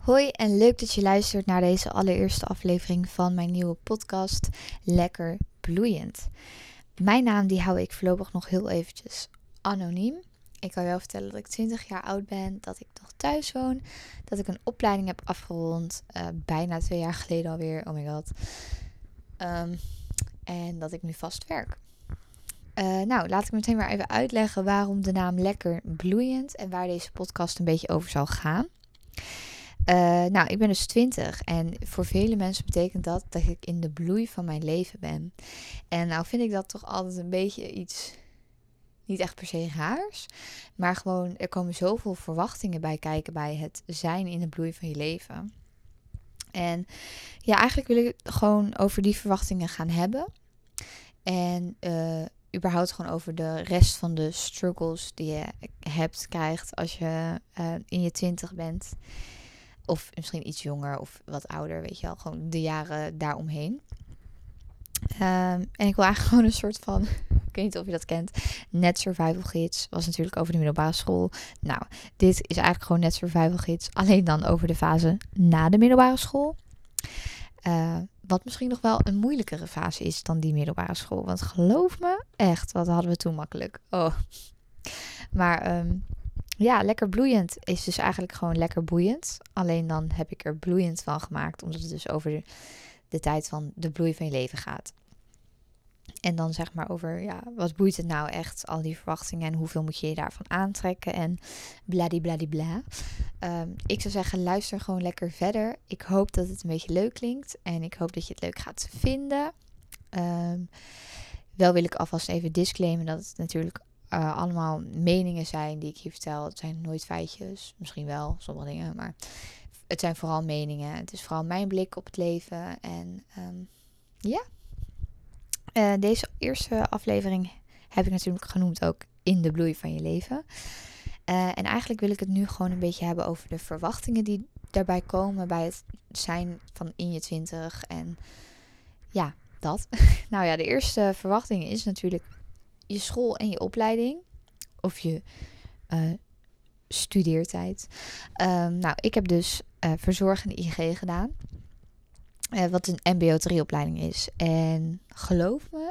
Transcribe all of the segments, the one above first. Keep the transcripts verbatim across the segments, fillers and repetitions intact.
Hoi en leuk dat je luistert naar deze allereerste aflevering van mijn nieuwe podcast Lekker Bloeiend. Mijn naam die hou ik voorlopig nog heel eventjes anoniem. Ik kan je wel vertellen dat ik twintig jaar oud ben, dat ik nog thuis woon, dat ik een opleiding heb afgerond, uh, bijna twee jaar geleden alweer, oh my god. Um, en dat ik nu vast werk. Uh, nou, laat ik meteen maar even uitleggen waarom de naam Lekker Bloeiend en waar deze podcast een beetje over zal gaan. Uh, nou, ik ben dus twintig en voor vele mensen betekent dat dat ik in de bloei van mijn leven ben. En nou vind ik dat toch altijd een beetje iets, niet echt per se raars, maar gewoon er komen zoveel verwachtingen bij kijken bij het zijn in de bloei van je leven. En ja, eigenlijk wil ik het gewoon over die verwachtingen gaan hebben. En uh, überhaupt gewoon over de rest van de struggles die je hebt, krijgt als je uh, in je twintig bent. Of misschien iets jonger of wat ouder, weet je wel. Gewoon de jaren daaromheen. Um, en ik wil eigenlijk gewoon een soort van, ik weet niet of je dat kent, Net Survival Gids. Was natuurlijk over de middelbare school. Nou, dit is eigenlijk gewoon Net Survival Gids. Alleen dan over de fase na de middelbare school. Uh, wat misschien nog wel een moeilijkere fase is dan die middelbare school. Want geloof me, echt, wat hadden we toen makkelijk. Oh. Maar um, ja, lekker bloeiend is dus eigenlijk gewoon lekker boeiend. Alleen dan heb ik er bloeiend van gemaakt. Omdat het dus over de, de tijd van de bloei van je leven gaat. En dan zeg maar over, ja, wat boeit het nou echt? Al die verwachtingen en hoeveel moet je je daarvan aantrekken? En bladibladibla. Um, ik zou zeggen, luister gewoon lekker verder. Ik hoop dat het een beetje leuk klinkt. En ik hoop dat je het leuk gaat vinden. Um, wel wil ik alvast even disclaimen dat het natuurlijk uh, allemaal meningen zijn die ik hier vertel. Het zijn nooit feitjes. Misschien wel, sommige dingen. Maar het zijn vooral meningen. Het is vooral mijn blik op het leven. En um, ja. Uh, deze eerste aflevering heb ik natuurlijk genoemd ook in de bloei van je leven. Uh, en eigenlijk wil ik het nu gewoon een beetje hebben over de verwachtingen die daarbij komen bij het zijn van in je twintig. En ja, dat. Nou ja, de eerste verwachting is natuurlijk je school en je opleiding. Of je uh, studeertijd. Um, nou, ik heb dus uh, verzorgende I G gedaan. Uh, wat een M B O drie opleiding is. En geloof me,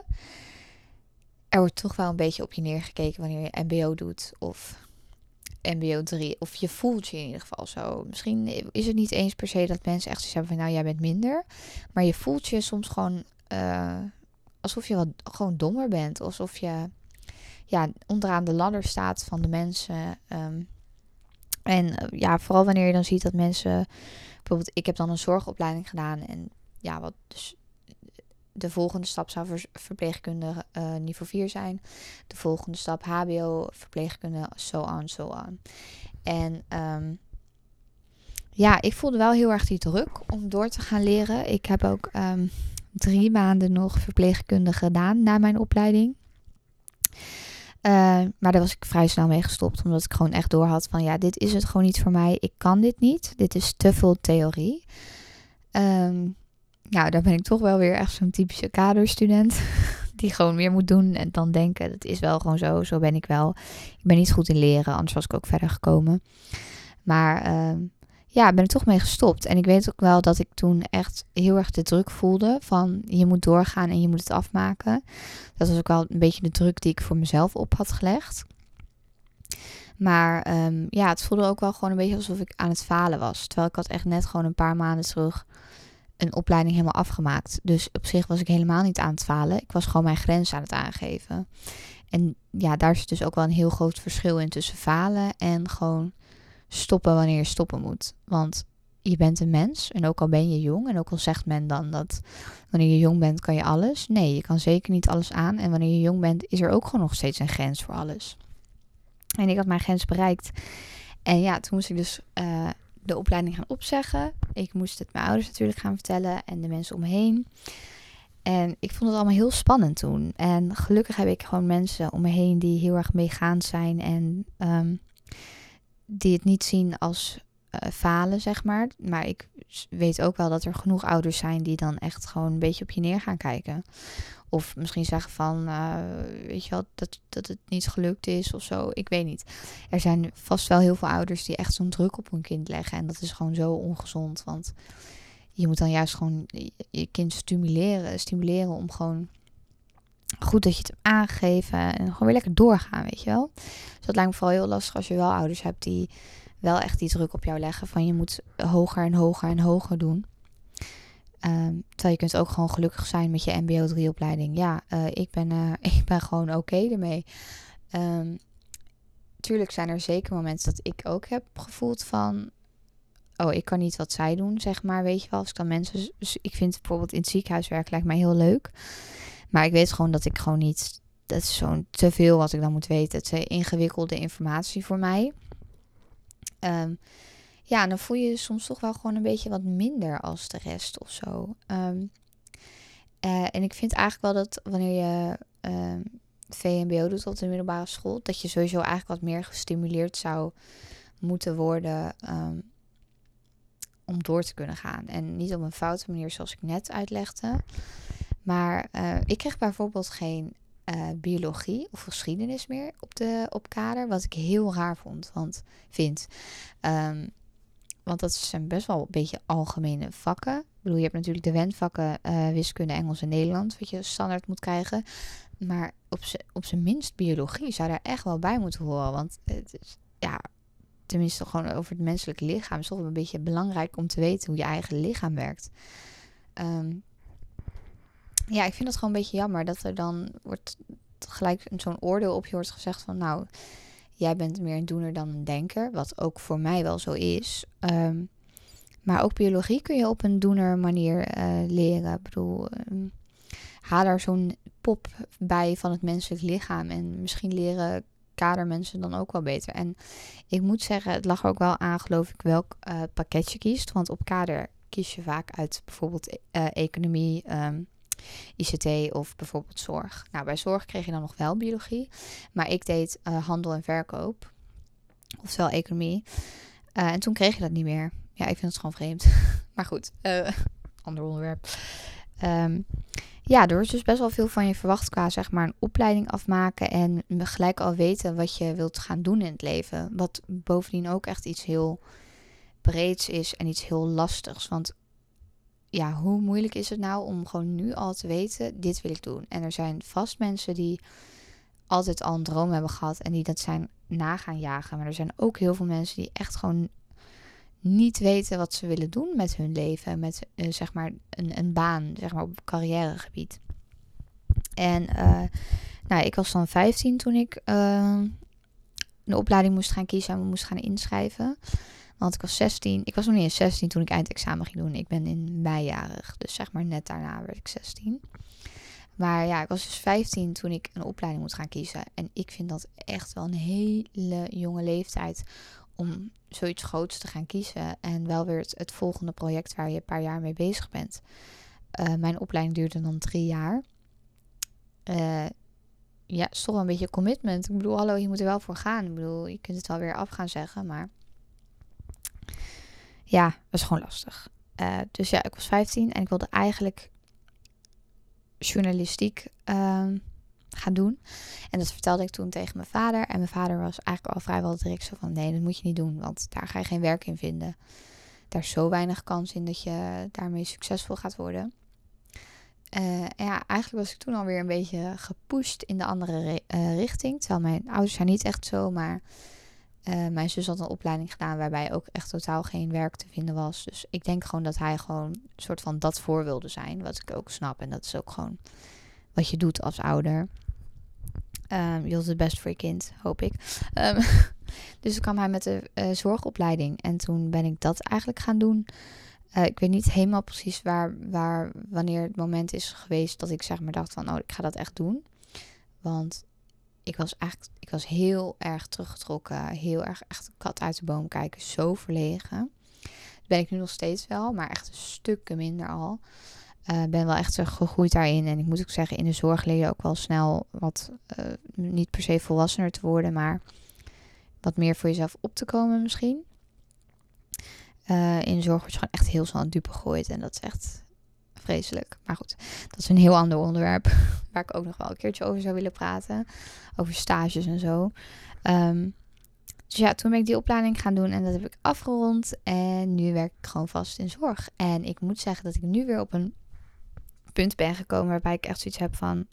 er wordt toch wel een beetje op je neergekeken wanneer je M B O doet of M B O drie. Of je voelt je in ieder geval zo. Misschien is het niet eens per se dat mensen echt zoiets hebben van, nou, jij bent minder. Maar je voelt je soms gewoon uh, alsof je wat gewoon dommer bent. Alsof je ja, onderaan de ladder staat van de mensen. Um, en uh, ja, vooral wanneer je dan ziet dat mensen, bijvoorbeeld, ik heb dan een zorgopleiding gedaan. En ja, wat dus de volgende stap zou ver, verpleegkunde uh, niveau vier zijn. De volgende stap H B O, verpleegkunde, so on, so on. En um, ja, ik voelde wel heel erg die druk om door te gaan leren. Ik heb ook um, drie maanden nog verpleegkunde gedaan na mijn opleiding. Uh, maar daar was ik vrij snel mee gestopt. Omdat ik gewoon echt door had van, ja, dit is het gewoon niet voor mij. Ik kan dit niet. Dit is te veel theorie. Um, nou, daar ben ik toch wel weer echt zo'n typische kaderstudent. Die gewoon meer moet doen en dan denken, dat is wel gewoon zo. Zo ben ik wel. Ik ben niet goed in leren, anders was ik ook verder gekomen. Maar um, ja, ben ik toch mee gestopt. En ik weet ook wel dat ik toen echt heel erg de druk voelde van, je moet doorgaan en je moet het afmaken. Dat was ook wel een beetje de druk die ik voor mezelf op had gelegd. Maar um, ja, het voelde ook wel gewoon een beetje alsof ik aan het falen was. Terwijl ik had echt net gewoon een paar maanden terug een opleiding helemaal afgemaakt. Dus op zich was ik helemaal niet aan het falen. Ik was gewoon mijn grens aan het aangeven. En ja, daar zit dus ook wel een heel groot verschil in tussen falen en gewoon stoppen wanneer je stoppen moet. Want je bent een mens en ook al ben je jong en ook al zegt men dan dat wanneer je jong bent kan je alles. Nee, je kan zeker niet alles aan. En wanneer je jong bent is er ook gewoon nog steeds een grens voor alles. En ik had mijn grens bereikt. En ja, toen moest ik dus uh, de opleiding gaan opzeggen. Ik moest het mijn ouders natuurlijk gaan vertellen en de mensen om me heen. En ik vond het allemaal heel spannend toen. En gelukkig heb ik gewoon mensen om me heen die heel erg meegaand zijn. En um, die het niet zien als uh, falen, zeg maar. Maar ik weet ook wel dat er genoeg ouders zijn die dan echt gewoon een beetje op je neer gaan kijken. Of misschien zeggen van, uh, weet je wel, dat, dat het niet gelukt is of zo. Ik weet niet. Er zijn vast wel heel veel ouders die echt zo'n druk op hun kind leggen. En dat is gewoon zo ongezond. Want je moet dan juist gewoon je kind stimuleren. Stimuleren om gewoon goed dat je het hebt aangegeven. En gewoon weer lekker doorgaan, weet je wel. Dus dat lijkt me vooral heel lastig als je wel ouders hebt die wel echt die druk op jou leggen. Van je moet hoger en hoger en hoger doen. Um, terwijl je kunt ook gewoon gelukkig zijn met je M B O drie opleiding. Ja, uh, ik, ben, uh, ik ben gewoon oké okay ermee. Um, tuurlijk zijn er zeker momenten dat ik ook heb gevoeld van... Oh, ik kan niet wat zij doen, zeg maar. Weet je wel, als ik dan mensen... Dus ik vind bijvoorbeeld in het ziekenhuis werken lijkt mij heel leuk. Maar ik weet gewoon dat ik gewoon niet... Dat is zo'n te veel wat ik dan moet weten. Het is ingewikkelde informatie voor mij. Um, Ja, en dan voel je je soms toch wel gewoon een beetje wat minder als de rest of zo. Um, uh, en ik vind eigenlijk wel dat wanneer je um, V M B O doet op de middelbare school, dat je sowieso eigenlijk wat meer gestimuleerd zou moeten worden um, om door te kunnen gaan. En niet op een foute manier zoals ik net uitlegde. Maar uh, ik kreeg bijvoorbeeld geen uh, biologie of geschiedenis meer op, de, op kader, wat ik heel raar vond, want vind... Um, Want dat zijn best wel een beetje algemene vakken. Ik bedoel, je hebt natuurlijk de wendvakken uh, wiskunde, Engels en Nederlands, wat je standaard moet krijgen. Maar op, z- op zijn minst biologie zou daar echt wel bij moeten horen. Want het is, ja, tenminste gewoon over het menselijke lichaam is toch wel een beetje belangrijk om te weten hoe je eigen lichaam werkt. Um, ja, ik vind dat gewoon een beetje jammer dat er dan wordt gelijk zo'n oordeel op je wordt gezegd van nou... Jij bent meer een doener dan een denker, wat ook voor mij wel zo is. Um, maar ook biologie kun je op een doener manier uh, leren. Ik bedoel, um, haal er zo'n pop bij van het menselijk lichaam. En misschien leren kadermensen dan ook wel beter. En ik moet zeggen, het lag er ook wel aan, geloof ik, welk uh, pakket je kiest. Want op kader kies je vaak uit bijvoorbeeld uh, economie... Um, I C T of bijvoorbeeld zorg. Nou, bij zorg kreeg je dan nog wel biologie. Maar ik deed uh, handel en verkoop. Oftewel economie. Uh, en toen kreeg je dat niet meer. Ja, ik vind het gewoon vreemd. Maar goed, uh, ander onderwerp. Um, ja, er is dus best wel veel van je verwacht qua zeg maar een opleiding afmaken. En gelijk al weten wat je wilt gaan doen in het leven. Wat bovendien ook echt iets heel breeds is en iets heel lastigs. Want ja, hoe moeilijk is het nou om gewoon nu al te weten, dit wil ik doen. En er zijn vast mensen die altijd al een droom hebben gehad en die dat zijn na gaan jagen. Maar er zijn ook heel veel mensen die echt gewoon niet weten wat ze willen doen met hun leven. Met uh, zeg maar een, een baan, zeg maar op carrièregebied. En uh, nou, ik was dan vijftien toen ik uh, een opleiding moest gaan kiezen en me moest gaan inschrijven. Want ik was zestien. Ik was nog niet eens zestien toen ik eindexamen ging doen. Ik ben in mei jarig. Dus zeg maar net daarna werd ik zestien. Maar ja, ik was dus vijftien toen ik een opleiding moest gaan kiezen. En ik vind dat echt wel een hele jonge leeftijd om zoiets groots te gaan kiezen. En wel weer het, het volgende project waar je een paar jaar mee bezig bent. Uh, mijn opleiding duurde dan drie jaar. Uh, ja, het is toch wel een beetje commitment. Ik bedoel, hallo, je moet er wel voor gaan. Ik bedoel, je kunt het wel weer af gaan zeggen, maar... Ja, dat is gewoon lastig. Uh, dus ja, ik was vijftien en ik wilde eigenlijk journalistiek uh, gaan doen. En dat vertelde ik toen tegen mijn vader. En mijn vader was eigenlijk al vrijwel direct zo van... nee, dat moet je niet doen, want daar ga je geen werk in vinden. Daar is zo weinig kans in dat je daarmee succesvol gaat worden. Uh, en ja, eigenlijk was ik toen alweer een beetje gepusht in de andere re- uh, richting. Terwijl mijn ouders zijn niet echt zo, maar... Uh, mijn zus had een opleiding gedaan waarbij ook echt totaal geen werk te vinden was. Dus ik denk gewoon dat hij gewoon een soort van dat voor wilde zijn. Wat ik ook snap. En dat is ook gewoon wat je doet als ouder. Um, je wilt het best voor je kind, hoop ik. Um, dus toen kwam hij met de uh, zorgopleiding. En toen ben ik dat eigenlijk gaan doen. Uh, ik weet niet helemaal precies waar, waar, wanneer het moment is geweest dat ik zeg maar dacht van... oh, ik ga dat echt doen. Want... Ik was eigenlijk, ik was heel erg teruggetrokken. Heel erg echt een kat uit de boom kijken. Zo verlegen. Dat ben ik nu nog steeds wel. Maar echt stukken minder al. Ik uh, ben wel echt gegroeid daarin. En ik moet ook zeggen, in de zorg leer je ook wel snel wat... Uh, niet per se volwassener te worden. Maar wat meer voor jezelf op te komen misschien. Uh, in de zorg word je gewoon echt heel snel aan het dupe gegooid. En dat is echt vreselijk. Maar goed, dat is een heel ander onderwerp. Waar ik ook nog wel een keertje over zou willen praten. Over stages en zo. Um, dus ja, toen ben ik die opleiding gaan doen en dat heb ik afgerond. En nu werk ik gewoon vast in zorg. En ik moet zeggen dat ik nu weer op een punt ben gekomen waarbij ik echt zoiets heb van...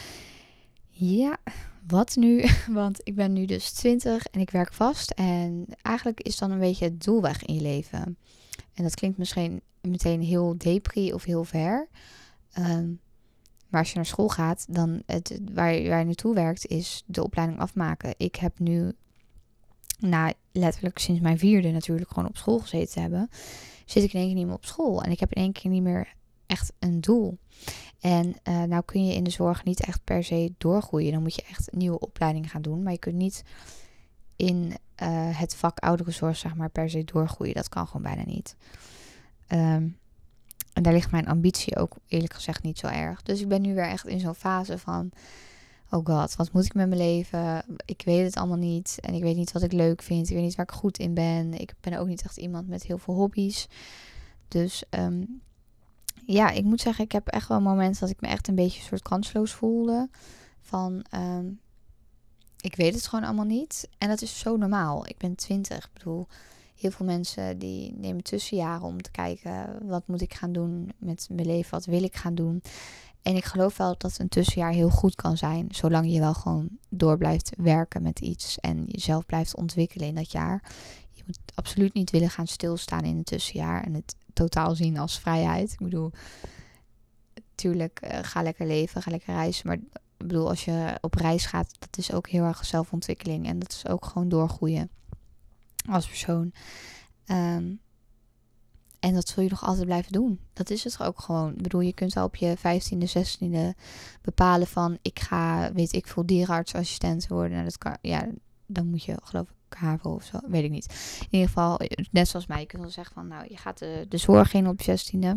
Ja, wat nu? Want ik ben nu dus twintig en ik werk vast. En eigenlijk is dan een beetje het doel weg in je leven. En dat klinkt misschien meteen heel depri of heel ver. Um, maar als je naar school gaat, dan het, waar, je, waar je naartoe werkt, is de opleiding afmaken. Ik heb nu, nou letterlijk sinds mijn vierde natuurlijk gewoon op school gezeten te hebben, zit ik in één keer niet meer op school. En ik heb in één keer niet meer echt een doel. En uh, nou kun je in de zorg niet echt per se doorgroeien. Dan moet je echt een nieuwe opleiding gaan doen. Maar je kunt niet in uh, het vak ouderenzorg zeg maar per se doorgroeien. Dat kan gewoon bijna niet. Um, en daar ligt mijn ambitie ook eerlijk gezegd niet zo erg. Dus ik ben nu weer echt in zo'n fase van... Oh god, wat moet ik met mijn leven? Ik weet het allemaal niet. En ik weet niet wat ik leuk vind. Ik weet niet waar ik goed in ben. Ik ben ook niet echt iemand met heel veel hobby's. Dus... Um, Ja, ik moet zeggen, ik heb echt wel momenten dat ik me echt een beetje een soort kansloos voelde. Van, um, ik weet het gewoon allemaal niet. En dat is zo normaal. Ik ben twintig. Ik bedoel, heel veel mensen die nemen tussenjaren om te kijken... wat moet ik gaan doen met mijn leven? Wat wil ik gaan doen? En ik geloof wel dat een tussenjaar heel goed kan zijn. Zolang je wel gewoon door blijft werken met iets. En jezelf blijft ontwikkelen in dat jaar. Je moet absoluut niet willen gaan stilstaan in een tussenjaar. En het totaal zien als vrijheid. Ik bedoel, natuurlijk, uh, ga lekker leven, ga lekker reizen. Maar ik bedoel, als je op reis gaat, dat is ook heel erg zelfontwikkeling. En dat is ook gewoon doorgroeien als persoon. Um, en dat zul je nog altijd blijven doen. Dat is het ook gewoon. Ik bedoel, je kunt wel op je vijftiende, zestiende bepalen van... ik ga, weet ik veel, dierenartsassistent worden. Nou, dat kan, ja, dan moet je, geloof ik, HAVO of zo, weet ik niet. In ieder geval, net zoals mij, je kunt wel zeggen van... nou, je gaat de, de zorg in op je zestiende.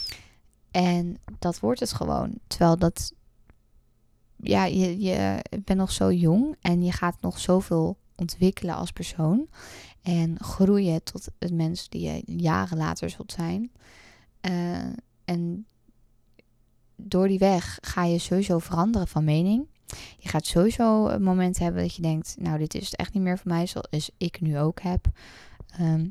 En dat wordt het gewoon. Terwijl dat... Ja, je, je bent nog zo jong en je gaat nog zoveel ontwikkelen als persoon... En groeien tot het mens die je jaren later zult zijn. Uh, en door die weg ga je sowieso veranderen van mening. Je gaat sowieso een moment hebben dat je denkt... nou, dit is het echt niet meer voor mij, zoals ik nu ook heb. Um,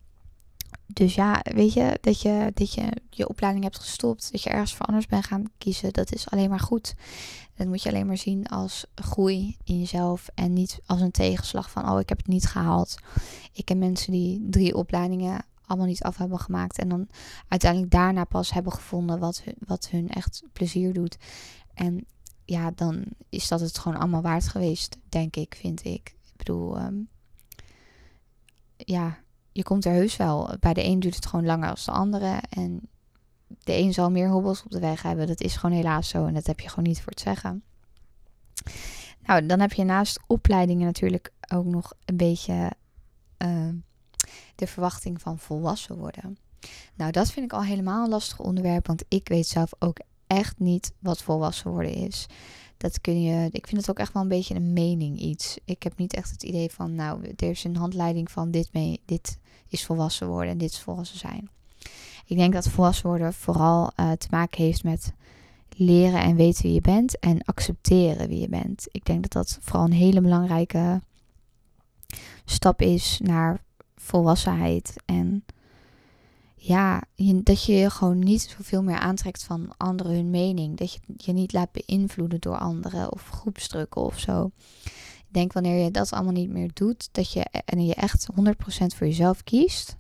dus ja, weet je dat, je, dat je je opleiding hebt gestopt... dat je ergens voor anders bent gaan kiezen, dat is alleen maar goed. Dat moet je alleen maar zien als groei in jezelf... en niet als een tegenslag van, oh, ik heb het niet gehaald. Ik ken mensen die drie opleidingen allemaal niet af hebben gemaakt... en dan uiteindelijk daarna pas hebben gevonden wat hun, wat hun echt plezier doet. En ja, dan is dat het gewoon allemaal waard geweest, denk ik, vind ik. Ik bedoel, um, ja... Je komt er heus wel. Bij de een duurt het gewoon langer dan de andere. En de een zal meer hobbels op de weg hebben. Dat is gewoon helaas zo. En dat heb je gewoon niet voor te zeggen. Nou, dan heb je naast opleidingen natuurlijk ook nog een beetje uh, de verwachting van volwassen worden. Nou, dat vind ik al helemaal een lastig onderwerp. Want ik weet zelf ook echt niet wat volwassen worden is. Dat kun je, ik vind het ook echt wel een beetje een mening iets. Ik heb niet echt het idee van, nou, er is een handleiding van dit, mee, dit is volwassen worden en dit is volwassen zijn. Ik denk dat volwassen worden vooral uh, te maken heeft met leren en weten wie je bent en accepteren wie je bent. Ik denk dat dat vooral een hele belangrijke stap is naar volwassenheid. En ja, je, dat je je gewoon niet zoveel meer aantrekt van anderen hun mening. Dat je je niet laat beïnvloeden door anderen of groepsdrukken of zo. Ik denk wanneer je dat allemaal niet meer doet, dat je en je echt honderd procent voor jezelf kiest,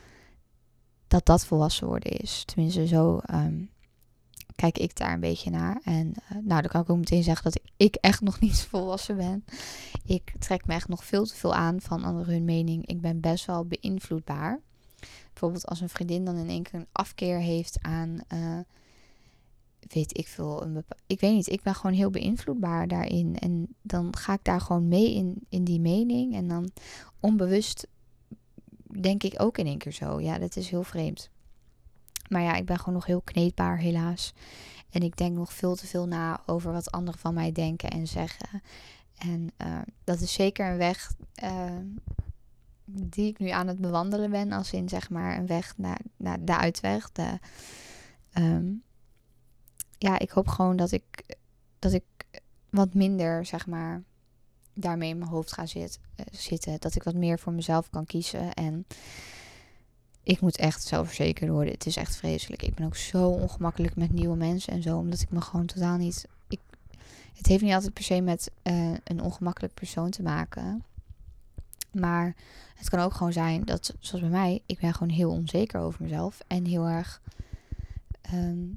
dat dat volwassen worden is. Tenminste, zo um, kijk ik daar een beetje naar. En uh, nou, dan kan ik ook meteen zeggen dat ik echt nog niet volwassen ben. Ik trek me echt nog veel te veel aan van anderen hun mening. Ik ben best wel beïnvloedbaar. Bijvoorbeeld als een vriendin dan in één keer een afkeer heeft aan, uh, weet ik veel, een bepa- ik weet niet, ik ben gewoon heel beïnvloedbaar daarin. En dan ga ik daar gewoon mee in, in die mening. En dan onbewust denk ik ook in één keer zo. Ja, dat is heel vreemd. Maar ja, ik ben gewoon nog heel kneedbaar helaas. En ik denk nog veel te veel na over wat anderen van mij denken en zeggen. En uh, dat is zeker een weg... Uh, die ik nu aan het bewandelen ben, als in zeg maar een weg naar, naar de uitweg, de, Um, ja, ik hoop gewoon dat ik, dat ik wat minder, zeg maar, daarmee in mijn hoofd ga zit, uh, zitten. Dat ik wat meer voor mezelf kan kiezen. En ik moet echt zelfverzekerd worden. Het is echt vreselijk. Ik ben ook zo ongemakkelijk met nieuwe mensen en zo. Omdat ik me gewoon totaal niet... Ik, het heeft niet altijd per se met uh, een ongemakkelijk persoon te maken. Maar het kan ook gewoon zijn dat, zoals bij mij, ik ben gewoon heel onzeker over mezelf. En heel erg... Um,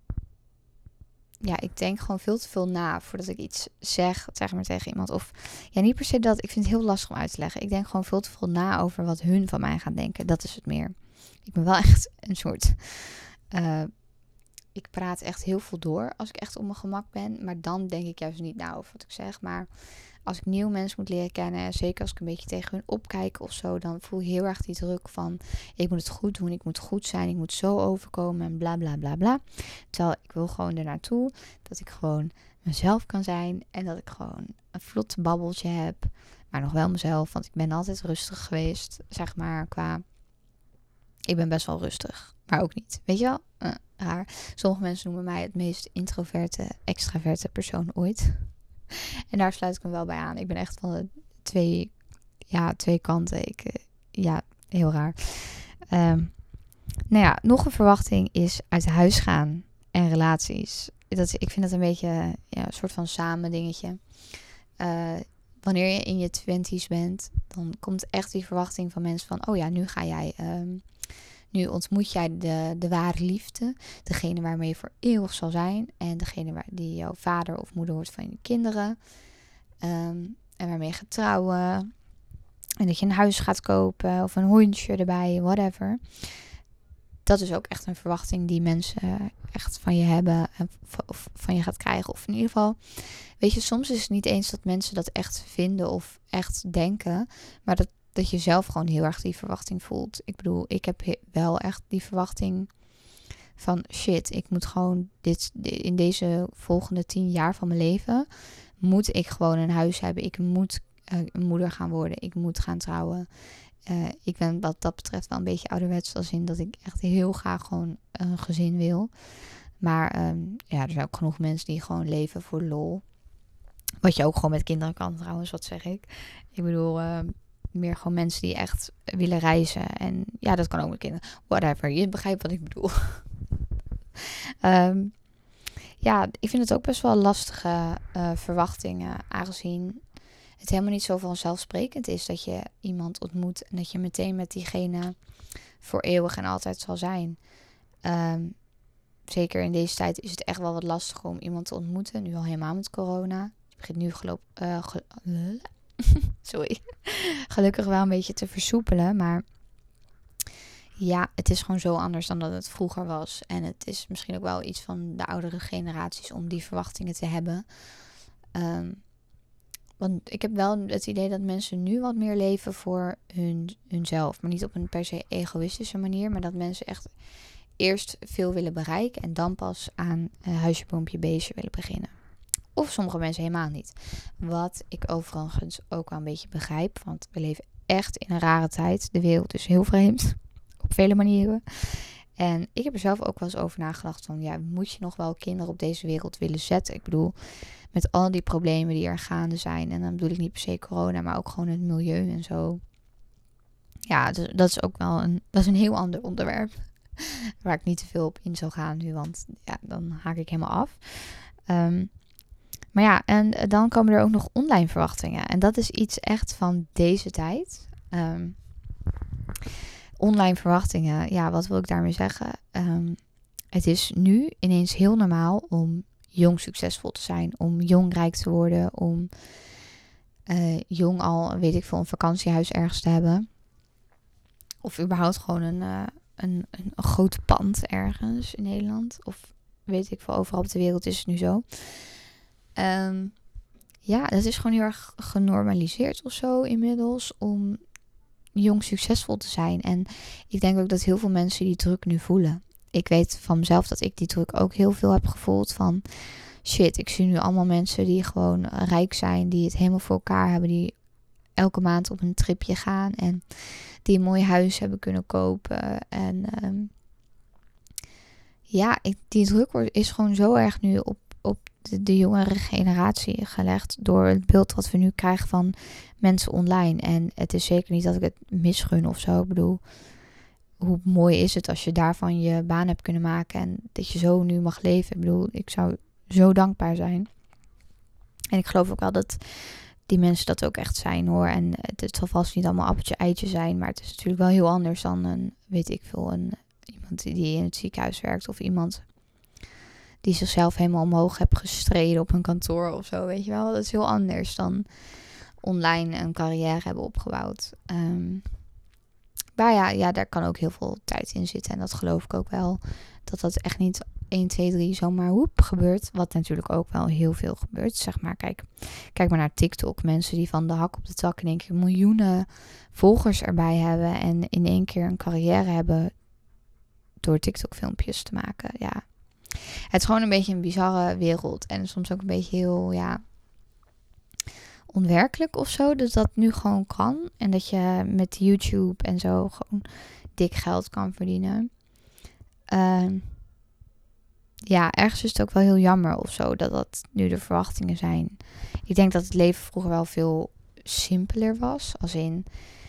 ja, ik denk gewoon veel te veel na voordat ik iets zeg, zeg maar tegen iemand. Of ja, niet per se dat. Ik vind het heel lastig om uit te leggen. Ik denk gewoon veel te veel na over wat hun van mij gaan denken. Dat is het meer. Ik ben wel echt een soort... Uh, ik praat echt heel veel door als ik echt op mijn gemak ben. Maar dan denk ik juist niet na over wat ik zeg. Maar als ik nieuwe mensen moet leren kennen, zeker als ik een beetje tegen hun opkijk of zo, dan voel je heel erg die druk van, ik moet het goed doen, ik moet goed zijn, ik moet zo overkomen en bla bla bla bla. Terwijl ik wil gewoon ernaartoe dat ik gewoon mezelf kan zijn en dat ik gewoon een vlot babbeltje heb, maar nog wel mezelf, want ik ben altijd rustig geweest, zeg maar, qua... Ik ben best wel rustig, maar ook niet. Weet je wel? Uh, raar. Sommige mensen noemen mij het meest introverte, extraverte persoon ooit. En daar sluit ik me wel bij aan. Ik ben echt van de twee, ja, twee kanten. Ik, uh, ja, heel raar. Um, nou ja, nog een verwachting is uit huis gaan en relaties. Dat, ik vind dat een beetje ja, een soort van samen dingetje. Uh, wanneer je in je twenties bent, dan komt echt die verwachting van mensen van, oh ja, nu ga jij... Um, Nu ontmoet jij de, de ware liefde. Degene waarmee je voor eeuwig zal zijn. En degene waar, die jouw vader of moeder wordt van je kinderen. Um, en waarmee je gaat trouwen. En dat je een huis gaat kopen. Of een hondje erbij. Whatever. Dat is ook echt een verwachting die mensen echt van je hebben. Of van je gaat krijgen. Of in ieder geval. Weet je, soms is het niet eens dat mensen dat echt vinden. Of echt denken. Maar dat Dat je zelf gewoon heel erg die verwachting voelt. Ik bedoel, ik heb he- wel echt die verwachting van shit, ik moet gewoon dit in deze volgende tien jaar van mijn leven moet ik gewoon een huis hebben. Ik moet uh, een moeder gaan worden. Ik moet gaan trouwen. Uh, ik ben wat dat betreft wel een beetje ouderwets, als in dat ik echt heel graag gewoon een gezin wil. Maar um, ja, er zijn ook genoeg mensen die gewoon leven voor lol. Wat je ook gewoon met kinderen kan trouwens, wat zeg ik. Ik bedoel... Uh, meer gewoon mensen die echt willen reizen. En ja, dat kan ook met kinderen. Whatever, je begrijpt wat ik bedoel. um, ja, ik vind het ook best wel lastige uh, verwachtingen. Aangezien het helemaal niet zo vanzelfsprekend is dat je iemand ontmoet. En dat je meteen met diegene voor eeuwig en altijd zal zijn. Um, zeker in deze tijd is het echt wel wat lastiger om iemand te ontmoeten. Nu al helemaal met corona. Het begint nu geloof uh, gel- Sorry. Gelukkig wel een beetje te versoepelen. Maar ja, het is gewoon zo anders dan dat het vroeger was. En het is misschien ook wel iets van de oudere generaties om die verwachtingen te hebben. Um, want ik heb wel het idee dat mensen nu wat meer leven voor hun, hunzelf. Maar niet op een per se egoïstische manier. Maar dat mensen echt eerst veel willen bereiken. En dan pas aan uh, huisje, boompje, beestje willen beginnen. Of sommige mensen helemaal niet. Wat ik overigens ook wel een beetje begrijp. Want we leven echt in een rare tijd. De wereld is heel vreemd. Op vele manieren. En ik heb er zelf ook wel eens over nagedacht. Van ja, moet je nog wel kinderen op deze wereld willen zetten? Ik bedoel, met al die problemen die er gaande zijn. En dan bedoel ik niet per se corona. Maar ook gewoon het milieu en zo. Ja, dus dat is ook wel een, dat is een heel ander onderwerp. Waar ik niet te veel op in zou gaan nu. Want ja, dan haak ik helemaal af. Um, Maar ja, en dan komen er ook nog online verwachtingen. En dat is iets echt van deze tijd. Um, online verwachtingen, ja, wat wil ik daarmee zeggen? Um, het is nu ineens heel normaal om jong succesvol te zijn. Om jong rijk te worden. Om uh, jong al, weet ik veel, een vakantiehuis ergens te hebben. Of überhaupt gewoon een, uh, een, een, een groot pand ergens in Nederland. Of weet ik veel, overal op de wereld is het nu zo. Um, ja, dat is gewoon heel erg genormaliseerd of zo inmiddels om jong succesvol te zijn. En ik denk ook dat heel veel mensen die druk nu voelen. Ik weet van mezelf dat ik die druk ook heel veel heb gevoeld van shit, ik zie nu allemaal mensen die gewoon rijk zijn, die het helemaal voor elkaar hebben, die elke maand op een tripje gaan en die een mooi huis hebben kunnen kopen. En um, ja, ik, die druk wordt- is gewoon zo erg nu op, op de, de jongere generatie gelegd door het beeld wat we nu krijgen van mensen online. En het is zeker niet dat ik het misgun of zo. Ik bedoel, hoe mooi is het als je daarvan je baan hebt kunnen maken en dat je zo nu mag leven. Ik bedoel, ik zou zo dankbaar zijn. En ik geloof ook wel dat die mensen dat ook echt zijn hoor. En het, het zal vast niet allemaal appeltje eitje zijn, maar het is natuurlijk wel heel anders dan een, weet ik veel, een iemand die in het ziekenhuis werkt of iemand die zichzelf helemaal omhoog heeft gestreden op een kantoor of zo, weet je wel. Dat is heel anders dan online een carrière hebben opgebouwd. Um, maar ja, ja, daar kan ook heel veel tijd in zitten. En dat geloof ik ook wel. Dat dat echt niet één, twee, drie zomaar hoep gebeurt. Wat natuurlijk ook wel heel veel gebeurt. Zeg maar, kijk, kijk maar naar TikTok. Mensen die van de hak op de tak in één keer miljoenen volgers erbij hebben. En in één keer een carrière hebben door TikTok filmpjes te maken. Ja, het is gewoon een beetje een bizarre wereld. En soms ook een beetje heel, ja, onwerkelijk of zo. Dus dat nu gewoon kan. En dat je met YouTube en zo gewoon dik geld kan verdienen. Uh, ja, ergens is het ook wel heel jammer of zo dat dat nu de verwachtingen zijn. Ik denk dat het leven vroeger wel veel simpeler was. Als in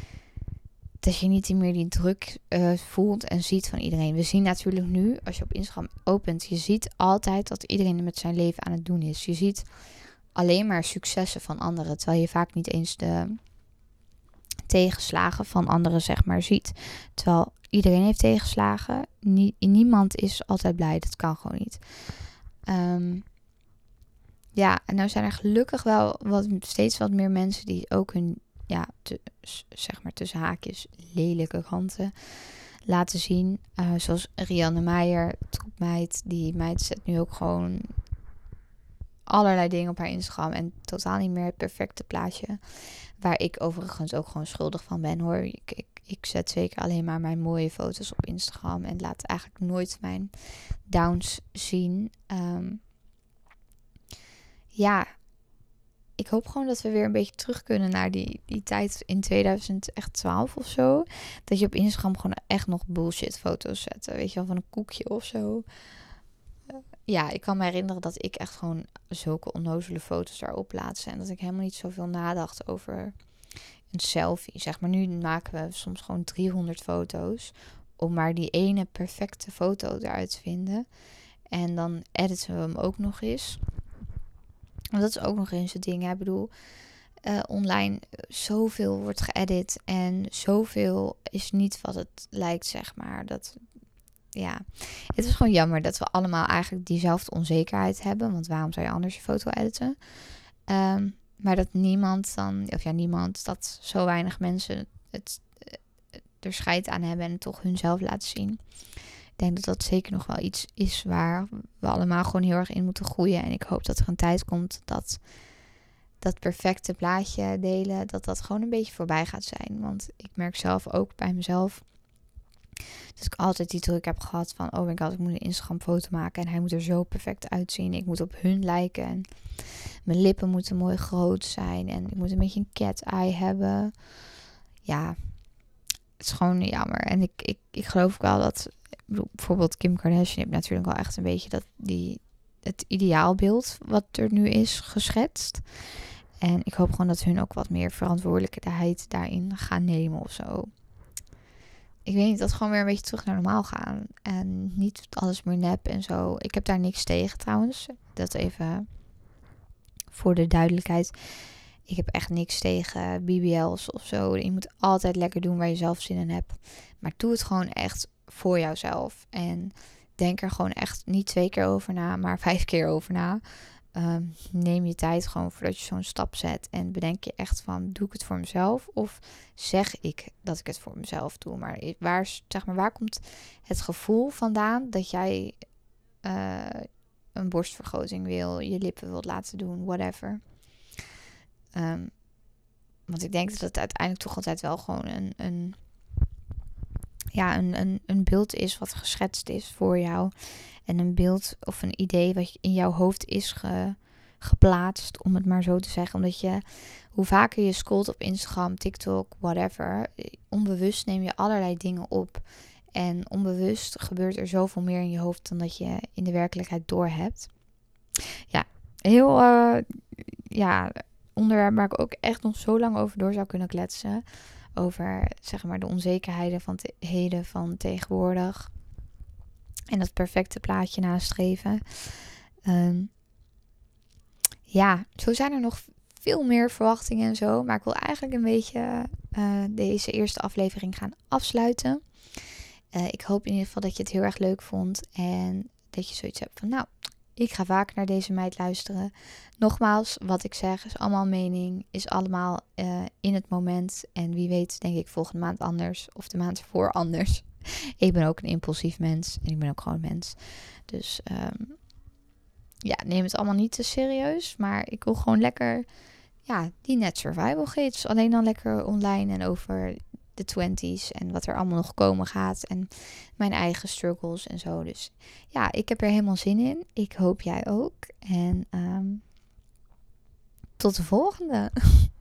dat je niet meer die druk uh, voelt en ziet van iedereen. We zien natuurlijk nu, als je op Instagram opent, je ziet altijd dat iedereen met zijn leven aan het doen is. Je ziet alleen maar successen van anderen, terwijl je vaak niet eens de tegenslagen van anderen, zeg maar, ziet. Terwijl iedereen heeft tegenslagen. Nie- niemand is altijd blij. Dat kan gewoon niet. Um, ja, en nou zijn er gelukkig wel wat, steeds wat meer mensen die ook hun, ja, te, zeg maar tussen haakjes, lelijke kanten laten zien. Uh, zoals Rianne Meijer, troepmeid. Die meid zet nu ook gewoon allerlei dingen op haar Instagram en totaal niet meer het perfecte plaatje. Waar ik overigens ook gewoon schuldig van ben hoor. Ik, ik, ik zet zeker alleen maar mijn mooie foto's op Instagram en laat eigenlijk nooit mijn downs zien. Um, ja, ik hoop gewoon dat we weer een beetje terug kunnen naar die, die tijd in tweeduizend twaalf of zo. Dat je op Instagram gewoon echt nog bullshit foto's zette. Weet je wel, van een koekje of zo. Ja, ik kan me herinneren dat ik echt gewoon zulke onnozele foto's daarop plaatste. En dat ik helemaal niet zoveel nadacht over een selfie. Zeg maar, nu maken we soms gewoon driehonderd foto's om maar die ene perfecte foto eruit te vinden. En dan editen we hem ook nog eens. Want dat is ook nog eens het ding. Hè? Ik bedoel, uh, online zoveel wordt geëdit en zoveel is niet wat het lijkt, zeg maar. Dat... Ja, het is gewoon jammer dat we allemaal eigenlijk diezelfde onzekerheid hebben. Want waarom zou je anders je foto editen? Um, maar dat niemand dan, of ja, niemand, dat zo weinig mensen het, het er scheid aan hebben en toch hunzelf laten zien. Ik denk dat dat zeker nog wel iets is waar we allemaal gewoon heel erg in moeten groeien. En ik hoop dat er een tijd komt dat dat perfecte plaatje delen, dat dat gewoon een beetje voorbij gaat zijn. Want ik merk zelf ook bij mezelf dat ik altijd die druk heb gehad van, oh my god, ik moet een Instagram foto maken en hij moet er zo perfect uitzien. Ik moet op hun lijken en mijn lippen moeten mooi groot zijn en ik moet een beetje een cat eye hebben. Ja, het is gewoon jammer. En ik, ik, ik geloof ook wel dat, bijvoorbeeld Kim Kardashian heeft natuurlijk wel echt een beetje dat die, het ideaalbeeld wat er nu is geschetst. En ik hoop gewoon dat hun ook wat meer verantwoordelijkheid daarin gaan nemen of zo. Ik weet niet, dat gewoon weer een beetje terug naar normaal gaan. En niet alles meer nep en zo. Ik heb daar niks tegen trouwens. Dat even voor de duidelijkheid. Ik heb echt niks tegen B B L's of zo. Je moet altijd lekker doen waar je zelf zin in hebt. Maar doe het gewoon echt voor jouzelf. En denk er gewoon echt niet twee keer over na, maar vijf keer over na. Um, neem je tijd gewoon voordat je zo'n stap zet. En bedenk je echt van, doe ik het voor mezelf? Of zeg ik dat ik het voor mezelf doe? Maar waar, zeg maar, waar komt het gevoel vandaan dat jij uh, een borstvergroting wil, je lippen wilt laten doen, whatever. Um, want ik denk dat het uiteindelijk toch altijd wel gewoon een, een, ja, een, een, een beeld is wat geschetst is voor jou. En een beeld of een idee wat in jouw hoofd is ge, geplaatst, om het maar zo te zeggen. Omdat je, hoe vaker je scrolt op Instagram, TikTok, whatever, onbewust neem je allerlei dingen op. En onbewust gebeurt er zoveel meer in je hoofd dan dat je in de werkelijkheid doorhebt. Ja, heel uh, ja, onderwerp waar ik ook echt nog zo lang over door zou kunnen kletsen. Over, zeg maar, de onzekerheden van te- heden van tegenwoordig. En dat perfecte plaatje nastreven. Um, ja, zo zijn er nog veel meer verwachtingen en zo. Maar ik wil eigenlijk een beetje uh, deze eerste aflevering gaan afsluiten. Uh, ik hoop in ieder geval dat je het heel erg leuk vond. En dat je zoiets hebt van, nou, ik ga vaker naar deze meid luisteren. Nogmaals, wat ik zeg is allemaal mening. Is allemaal uh, in het moment. En wie weet denk ik volgende maand anders. Of de maand ervoor anders. Ik ben ook een impulsief mens. En ik ben ook gewoon een mens. Dus um, ja, neem het allemaal niet te serieus. Maar ik wil gewoon lekker, ja, die net survival gids. Alleen dan lekker online en over de twinties. En wat er allemaal nog komen gaat. En mijn eigen struggles en zo. Dus ja, ik heb er helemaal zin in. Ik hoop jij ook. En um, tot de volgende.